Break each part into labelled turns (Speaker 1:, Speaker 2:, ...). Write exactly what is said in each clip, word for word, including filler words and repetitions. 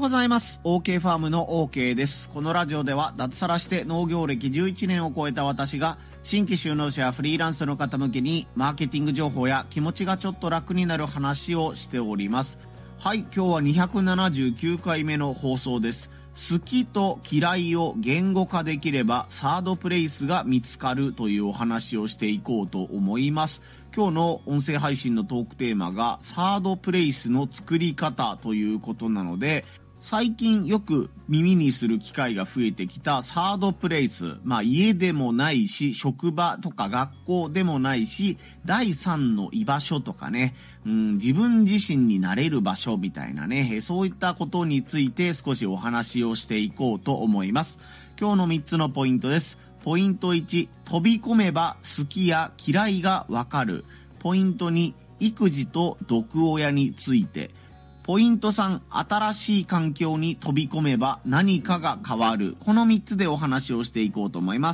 Speaker 1: ございます。 OK ファームの OK です。このラジオでは脱サラして農業歴じゅういちねんを超えた私が新規就農者やフリーランスの方向けにマーケティング情報や気持ちがちょっと楽になる話をしております。はい、今日はにひゃくななじゅうきゅうかいめの放送です。好きと嫌いを言語化できればサードプレイスが見つかるというお話をしていこうと思います。今日の音声配信のトークテーマがサードプレイスの作り方ということなので、最近よく耳にする機会が増えてきたサードプレイス。まあ家でもないし、職場とか学校でもないし、第三の居場所とかね、うん、自分自身になれる場所みたいなね、そういったことについて少しお話をしていこうと思います。今日のみっつのポイントです。ポイントいち、飛び込めば好きや嫌いがわかる。ポイントに、育児と毒親について。ポイントさん、新しい環境に飛び込めば何かが変わる。このみっつでお話をしていこうと思います。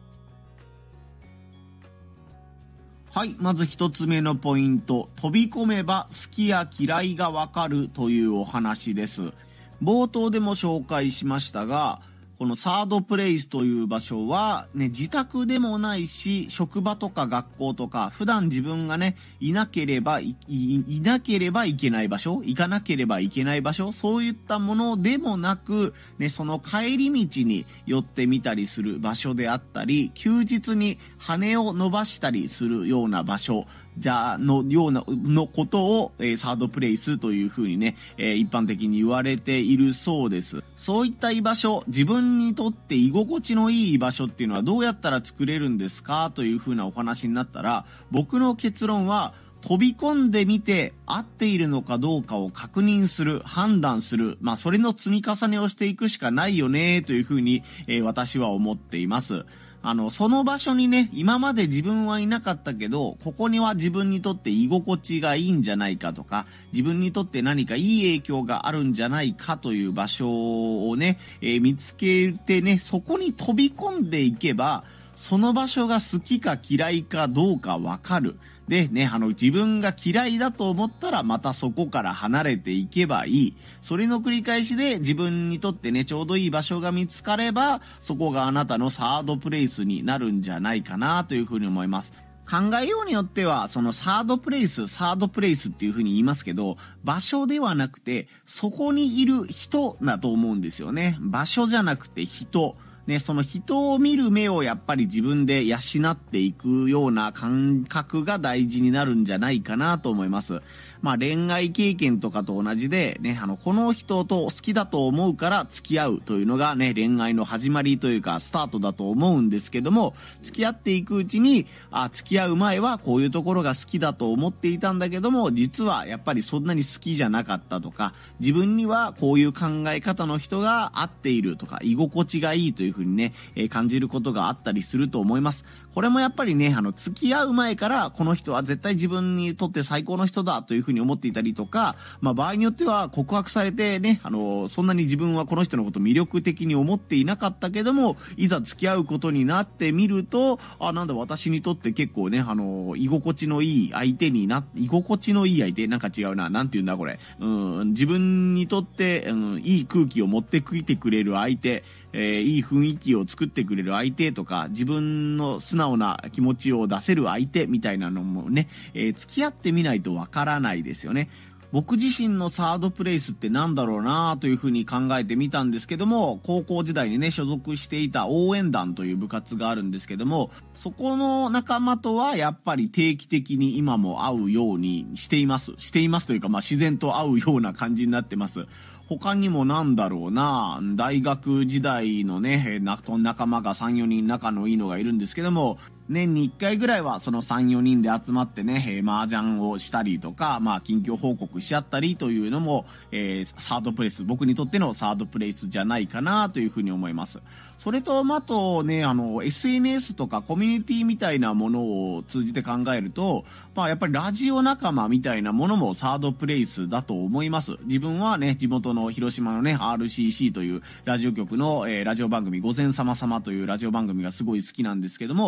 Speaker 1: はい、まずひとつめのポイント。飛び込めば好きや嫌いがわかるというお話です。冒頭でも紹介しましたが、このサードプレイスという場所はね、自宅でもないし、職場とか学校とか、普段自分がね、いなければい、い、いなければいけない場所、行かなければいけない場所、そういったものでもなく、ね、その帰り道に寄ってみたりする場所であったり、休日に羽を伸ばしたりするような場所、じゃあ、のような、のことを、えー、サードプレイスというふうにね、えー、一般的に言われているそうです。そういった居場所、自分にとって居心地のいい居場所っていうのはどうやったら作れるんですかというふうなお話になったら、僕の結論は、飛び込んでみて合っているのかどうかを確認する、判断する、まあそれの積み重ねをしていくしかないよねというふうに、えー、私は思っています。あの、その場所にね、今まで自分はいなかったけど、ここには自分にとって居心地がいいんじゃないかとか、自分にとって何かいい影響があるんじゃないかという場所をね、えー、見つけてね、そこに飛び込んでいけば、その場所が好きか嫌いかどうかわかる。でね、あの、自分が嫌いだと思ったらまたそこから離れていけばいい。それの繰り返しで自分にとってね、ちょうどいい場所が見つかれば、そこがあなたのサードプレイスになるんじゃないかなというふうに思います。考えようによっては、そのサードプレイス、サードプレイスっていう風に言いますけど、場所ではなくて、そこにいる人だと思うんですよね。場所じゃなくて人。ね、その人を見る目をやっぱり自分で養っていくような感覚が大事になるんじゃないかなと思います。まあ恋愛経験とかと同じで、ね、あの、この人と好きだと思うから付き合うというのがね、恋愛の始まりというかスタートだと思うんですけども、付き合っていくうちに、あ、付き合う前はこういうところが好きだと思っていたんだけども、実はやっぱりそんなに好きじゃなかったとか、自分にはこういう考え方の人が合っているとか、居心地がいいというふうにね、えー、感じることがあったりすると思います。これもやっぱりね、あの、付き合う前から、この人は絶対自分にとって最高の人だというふうに思っていたりとか、まあ場合によっては告白されてね、あの、そんなに自分はこの人のこと魅力的に思っていなかったけども、いざ付き合うことになってみると、あ、なんだ私にとって結構ね、あの、居心地のいい相手にな、居心地のいい相手なんか違うな、なんて言うんだこれ。うん、自分にとって、うん、いい空気を持ってきてくれる相手、えー、いい雰囲気を作ってくれる相手とか、自分の素直な気持ちを出せる相手みたいなのもね、えー、付き合ってみないとわからないですよね。僕自身のサードプレイスってなんだろうなというふうに考えてみたんですけども、高校時代にね、所属していた応援団という部活があるんですけども、そこの仲間とはやっぱり定期的に今も会うようにしています。していますというか、まあ自然と会うような感じになってます。他にもなんだろうな、大学時代のね、仲間がさん、よにん仲のいいのがいるんですけども、年にいっかいぐらいはそのさん、よにんで集まってね、麻雀をしたりとか、まあ近況報告し合ったりというのも、えー、サードプレイス、僕にとってのサードプレイスじゃないかなというふうに思います。それと、あとね、あの、エスエヌエス とかコミュニティみたいなものを通じて考えると、まあやっぱりラジオ仲間みたいなものもサードプレイスだと思います。自分はね、地元の広島のね、アールシーシー というラジオ局の、えー、ラジオ番組、午前様様というラジオ番組がすごい好きなんですけども、や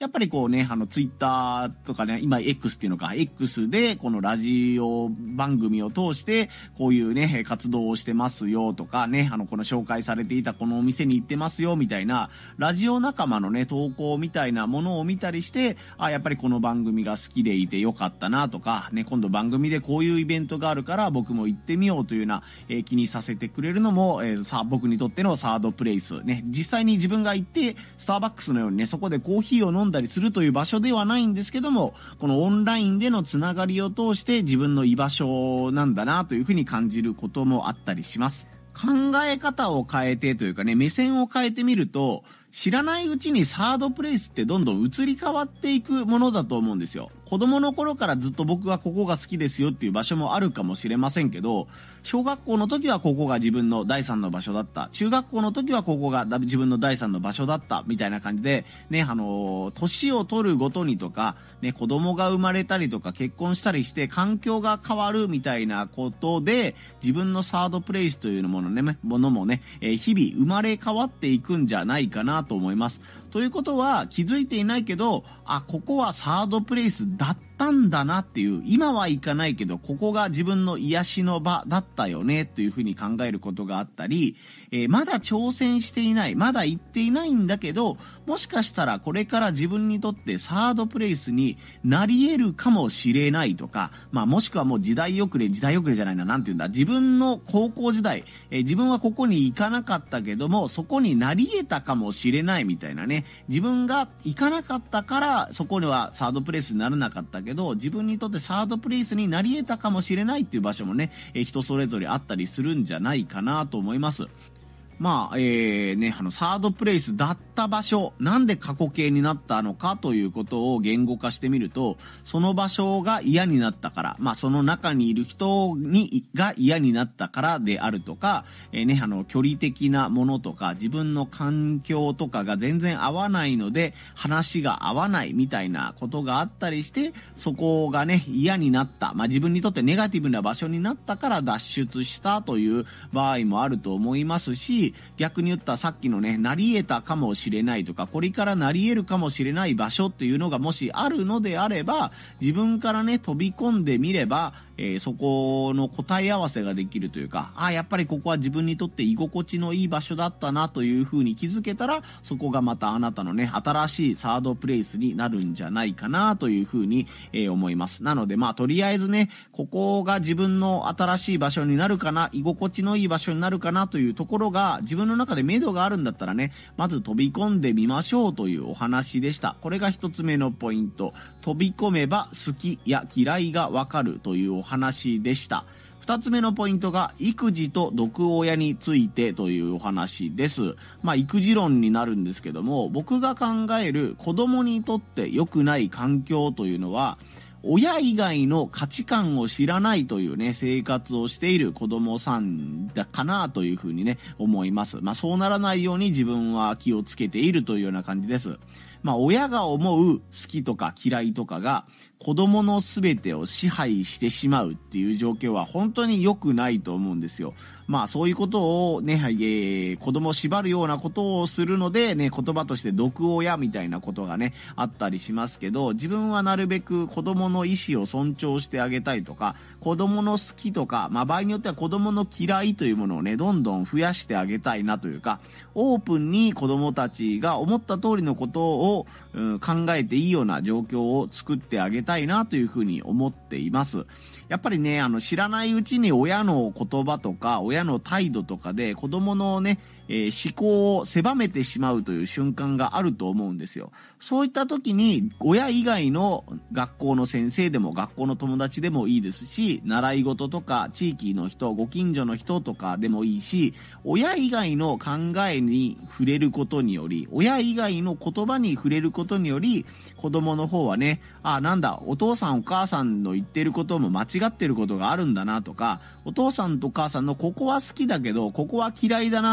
Speaker 1: やっぱりこうね、あの、ツイッターとかね、今 X っていうのか、X でこのラジオ番組を通して、こういうね、活動をしてますよとかね、あの、この紹介されていたこのお店に行ってますよみたいな、ラジオ仲間のね、投稿みたいなものを見たりして、あ、やっぱりこの番組が好きでいてよかったなとか、ね、今度番組でこういうイベントがあるから僕も行ってみようというような、えー、気にさせてくれるのも、えー、さあ、僕にとってのサードプレイス。ね、実際に自分が行って、スターバックスのようにね、そこでコーヒーを飲んだりするという場所ではないんですけども、このオンラインでのつながりを通して自分の居場所なんだなというふうに感じることもあったりします。考え方を変えてというかね、目線を変えてみると、知らないうちにサードプレイスってどんどん移り変わっていくものだと思うんですよ。子供の頃からずっと僕はここが好きですよっていう場所もあるかもしれませんけど、小学校の時はここが自分の第三の場所だった。中学校の時はここが自分の第三の場所だったみたいな感じで、ね、あのー、年を取るごとにとか、ね、子供が生まれたりとか結婚したりして環境が変わるみたいなことで、自分のサードプレイスというものね、ものもね、えー、日々生まれ変わっていくんじゃないかなと思います。ということは気づいていないけど、あ、ここはサードプレイスだったんだなっていう、今は行かないけどここが自分の癒しの場だったよねというふうに考えることがあったり、えー、まだ挑戦していない、まだ行っていないんだけど、もしかしたらこれから自分にとってサードプレイスになり得るかもしれないとか、まあもしくはもう時代遅れ、時代遅れじゃないな、なんていうんだ、自分の高校時代、えー、自分はここに行かなかったけども、そこになり得たかもしれないみたいなね、自分が行かなかったからそこにはサードプレイスにならなかったけど、自分にとってサードプレイスになり得たかもしれないっていう場所もね、えー、人それぞれあったりするんじゃないかなと思います。まあ、えー、ね、あの、サードプレイスだった場所、なんで過去形になったのかということを言語化してみると、その場所が嫌になったから、まあ、その中にいる人に、が嫌になったからであるとか、えー、ね、あの、距離的なものとか、自分の環境とかが全然合わないので、話が合わないみたいなことがあったりして、そこがね、嫌になった、まあ、自分にとってネガティブな場所になったから脱出したという場合もあると思いますし、逆に言ったさっきのね、なり得たかもしれないとか、これからなり得るかもしれない場所っていうのがもしあるのであれば、自分からね、飛び込んでみれば、えー、そこの答え合わせができるというか、あ、やっぱりここは自分にとって居心地のいい場所だったなという風に気づけたら、そこがまたあなたのね、新しいサードプレイスになるんじゃないかなという風に、えー、思います。なのでまあ、とりあえずね、ここが自分の新しい場所になるかな、居心地のいい場所になるかなというところが、自分の中で目処があるんだったらね、まず飛び込んでみましょうというお話でした。これが一つ目のポイント。飛び込めば好きや嫌いがわかるというお話でした。二つ目のポイントが育児と毒親についてというお話です。まあ育児論になるんですけども、僕が考える子供にとって良くない環境というのは、親以外の価値観を知らないというね、生活をしている子供さんだかなというふうにね、思います。まあそうならないように自分は気をつけているというような感じです。まあ親が思う好きとか嫌いとかが子供の全てを支配してしまうっていう状況は本当に良くないと思うんですよ。まあそういうことをね、えー、子供を縛るようなことをするのでね、言葉として毒親みたいなことがね、あったりしますけど、自分はなるべく子供の意思を尊重してあげたいとか、子供の好きとか、まあ場合によっては子供の嫌いというものをね、どんどん増やしてあげたいなというか、オープンに子供たちが思った通りのことを、うん、考えていいような状況を作ってあげたいなというふうに思っています。やっぱりね、あの知らないうちに親の言葉とか親の態度とかで子供のね、えー、思考を狭めてしまうという瞬間があると思うんですよ。そういった時に親以外の学校の先生でも学校の友達でもいいですし、習い事とか地域の人、ご近所の人とかでもいいし、親以外の考えに触れることにより、親以外の言葉に触れることにより、子供の方はね、あ、なんだ、お父さんお母さんの言ってることも間違ってることがあるんだなとか、お父さんとお母さんのここは好きだけどここは嫌いだなとかいう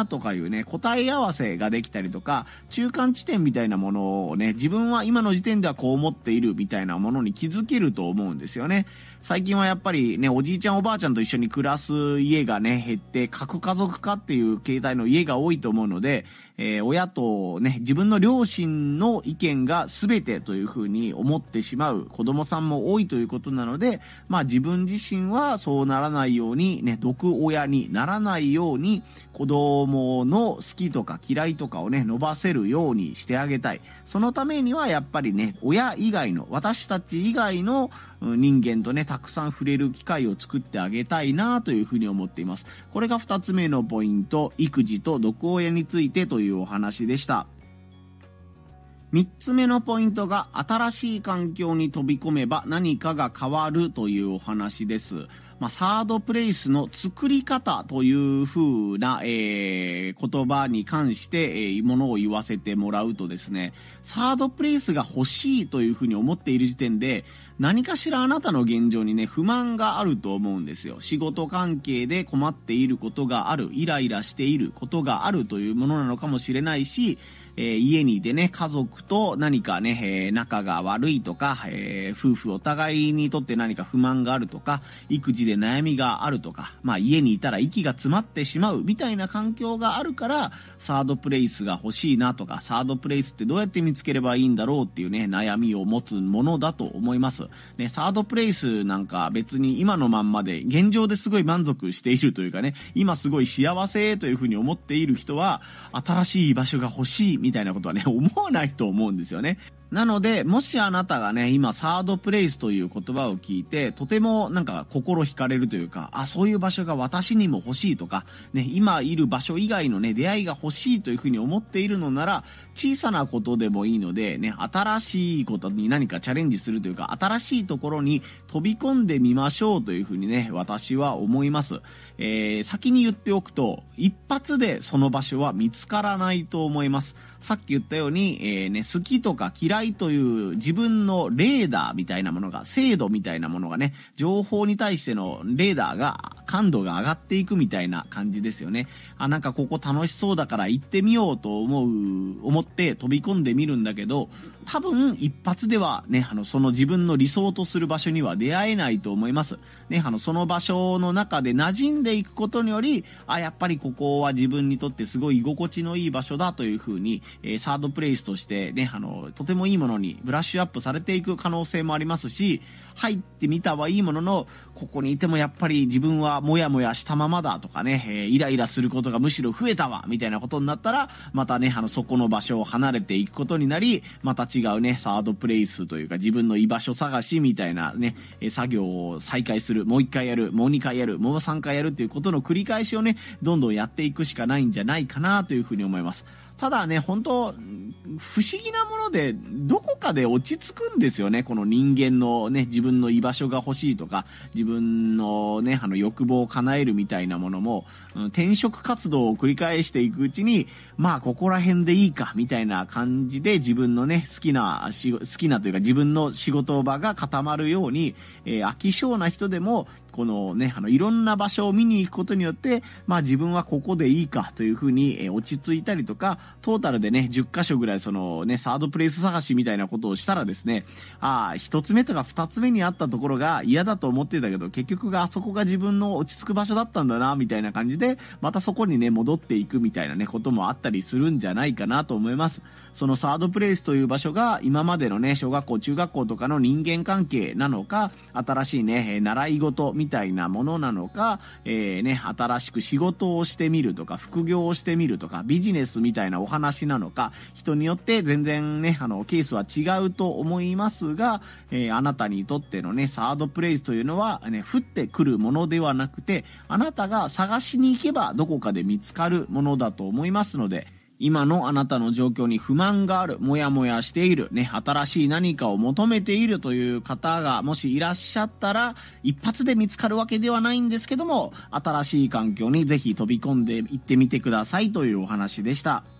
Speaker 1: いうね、答え合わせができたりとか、中間地点みたいなものをね、自分は今の時点ではこう思っているみたいなものに気づけると思うんですよね。最近はやっぱりね、おじいちゃんおばあちゃんと一緒に暮らす家がね、減って、核家族化っていう形態の家が多いと思うので、えー、親とね、自分の両親の意見が全てというふうに思ってしまう子供さんも多いということなので、まあ自分自身はそうならないようにね、毒親にならないように子供の好きとか嫌いとかをね、伸ばせるようにしてあげたい。そのためにはやっぱりね、親以外の、私たち以外の人間とね、たくさん触れる機会を作ってあげたいなというふうに思っています。これが二つ目のポイント、育児と毒親についてというお話でした。三つ目のポイントが、新しい環境に飛び込めば何かが変わるというお話です。まあ、サードプレイスの作り方という風な、えー、言葉に関して、えー、ものを言わせてもらうとですね、サードプレイスが欲しいという風に思っている時点で、何かしらあなたの現状にね、不満があると思うんですよ。仕事関係で困っていることがある、イライラしていることがあるというものなのかもしれないし、えー、家にいてね、家族と何かね、えー、仲が悪いとか、えー、夫婦お互いにとって何か不満があるとか、育児で悩みがあるとか、まあ家にいたら息が詰まってしまうみたいな環境があるから、サードプレイスが欲しいなとか、サードプレイスってどうやって見つければいいんだろうっていうね、悩みを持つものだと思います。ね、サードプレイスなんか別に今のまんまで、現状ですごい満足しているというかね、今すごい幸せというふうに思っている人は、新しい場所が欲しいみたいなことはね、思わないと思うんですよね。なので、もしあなたがね、今サードプレイスという言葉を聞いて、とてもなんか心惹かれるというか、あ、そういう場所が私にも欲しいとか、ね、今いる場所以外のね、出会いが欲しいというふうに思っているのなら、小さなことでもいいので、ね、新しいことに何かチャレンジするというか、新しいところに飛び込んでみましょうというふうにね、私は思います。えー、先に言っておくと、一発でその場所は見つからないと思います。さっき言ったように、えーね、好きとか嫌いという自分のレーダーみたいなものが、精度みたいなものがね、情報に対してのレーダーが、感度が上がっていくみたいな感じですよね。あ、なんかここ楽しそうだから行ってみようと思う、思って飛び込んでみるんだけど、多分一発ではね、あの、その自分の理想とする場所には出会えないと思います。ね、あの、その場所の中で馴染んでいくことにより、あ、やっぱりここは自分にとってすごい居心地のいい場所だというふうに、えー、サードプレイスとしてね、あの、とてもいいものにブラッシュアップされていく可能性もありますし、入ってみたはいいものの、ここにいてもやっぱり自分はモヤモヤしたままだとかね、えー、イライラすることがむしろ増えたわみたいなことになったら、またね、あの、そこの場所を離れていくことになり、また違うね、サードプレイスというか自分の居場所探しみたいなね、えー、作業を再開する、もう一回やる、もう二回やる、もう三回やるっていうことの繰り返しをね、どんどんやっていくしかないんじゃないかなというふうに思います。ただね、本当不思議なもので、どこかで落ち着くんですよね。この人間のね、自分の居場所が欲しいとか、自分のね、あの欲望を叶えるみたいなものも、うん、転職活動を繰り返していくうちに、まあ、ここら辺でいいか、みたいな感じで自分のね、好きな、好きなというか自分の仕事場が固まるように、えー、飽き性な人でも、このね、あの、いろんな場所を見に行くことによって、まあ自分はここでいいかというふうに、えー、落ち着いたりとか、トータルでね、じゅっかしょぐらいそのね、サードプレイス探しみたいなことをしたらですね、ああ、一つ目とか二つ目にあったところが嫌だと思ってたけど、結局があそこが自分の落ち着く場所だったんだな、みたいな感じで、またそこにね、戻っていくみたいなね、こともあったりするんじゃないかなと思います。そのサードプレイスという場所が、今までのね、小学校、中学校とかの人間関係なのか、新しいね、習い事みたいなものなのか、えー、ね、新しく仕事をしてみるとか、副業をしてみるとか、ビジネスみたいなお話なのか、人によって全然ね、あの、ケースは違うと思いますが、えー、あなたにとってのね、サードプレイスというのは、ね、降ってくるものではなくて、あなたが探しに行けばどこかで見つかるものだと思いますので、今のあなたの状況に不満がある、もやもやしている、ね、新しい何かを求めているという方がもしいらっしゃったら、一発で見つかるわけではないんですけども、新しい環境にぜひ飛び込んでいってみてくださいというお話でした。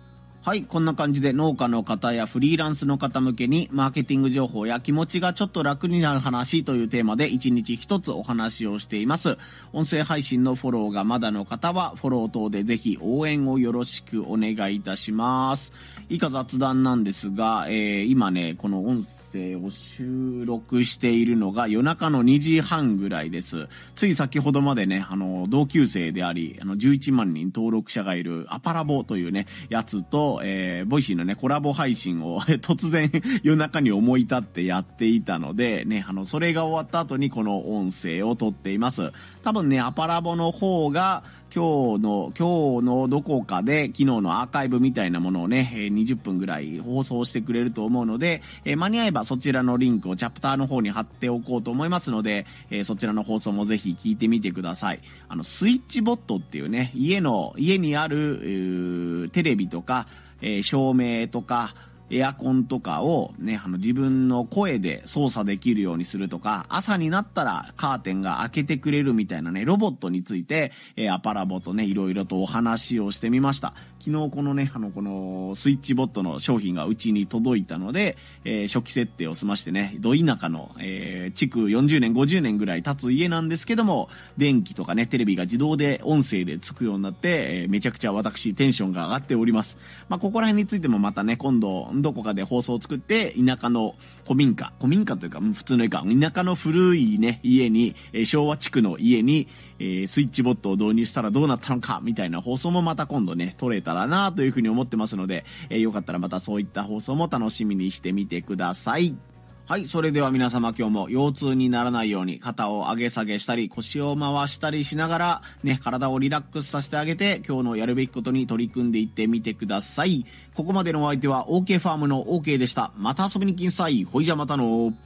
Speaker 1: はい、こんな感じで農家の方やフリーランスの方向けにマーケティング情報や気持ちがちょっと楽になる話というテーマでいちにちひとつお話をしています。音声配信のフォローがまだの方はフォロー等でぜひ応援をよろしくお願いいたします。以下雑談なんですが、えー、今ね、この音声を収録しているのが夜中のにじはんぐらいです。つい先ほどまでね、あの同級生でありあのじゅういちまんにん登録者がいるアパラボというねやつと、えー、ボイシーのねコラボ配信を突然夜中に思い立ってやっていたのでね、あのそれが終わった後にこの音声を撮っています。多分ねアパラボの方が今日の、今日のどこかで昨日のアーカイブみたいなものをね、にじゅっぷんぐらい放送してくれると思うので、えー、間に合えばそちらのリンクをチャプターの方に貼っておこうと思いますので、えー、そちらの放送もぜひ聞いてみてください。あの、スイッチボットっていうね、家の、家にある、テレビとか、えー、照明とか、エアコンとかをね、あの自分の声で操作できるようにするとか、朝になったらカーテンが開けてくれるみたいなね、ロボットについて、えー、アパラボとね、いろいろとお話をしてみました。昨日このね、あの、このスイッチボットの商品がうちに届いたので、えー、初期設定を済ましてね、ど田舎の、えー、築よんじゅうねん、ごじゅうねんぐらい経つ家なんですけども、電気とかね、テレビが自動で音声でつくようになって、えー、めちゃくちゃ私テンションが上がっております。まあ、ここら辺についてもまたね、今度、どこかで放送を作って田舎の古民家古民家というか普通の家か田舎の古いね家に、えー、昭和地区の家に、えー、スイッチボットを導入したらどうなったのかみたいな放送もまた今度ね撮れたらなというふうに思ってますので、えー、よかったらまたそういった放送も楽しみにしてみてください。はい、それでは皆様今日も腰痛にならないように肩を上げ下げしたり腰を回したりしながらね、体をリラックスさせてあげて今日のやるべきことに取り組んでいってみてください。ここまでのお相手は OK ファームの OK でした。また遊びに来んさい。ほいじゃまたの。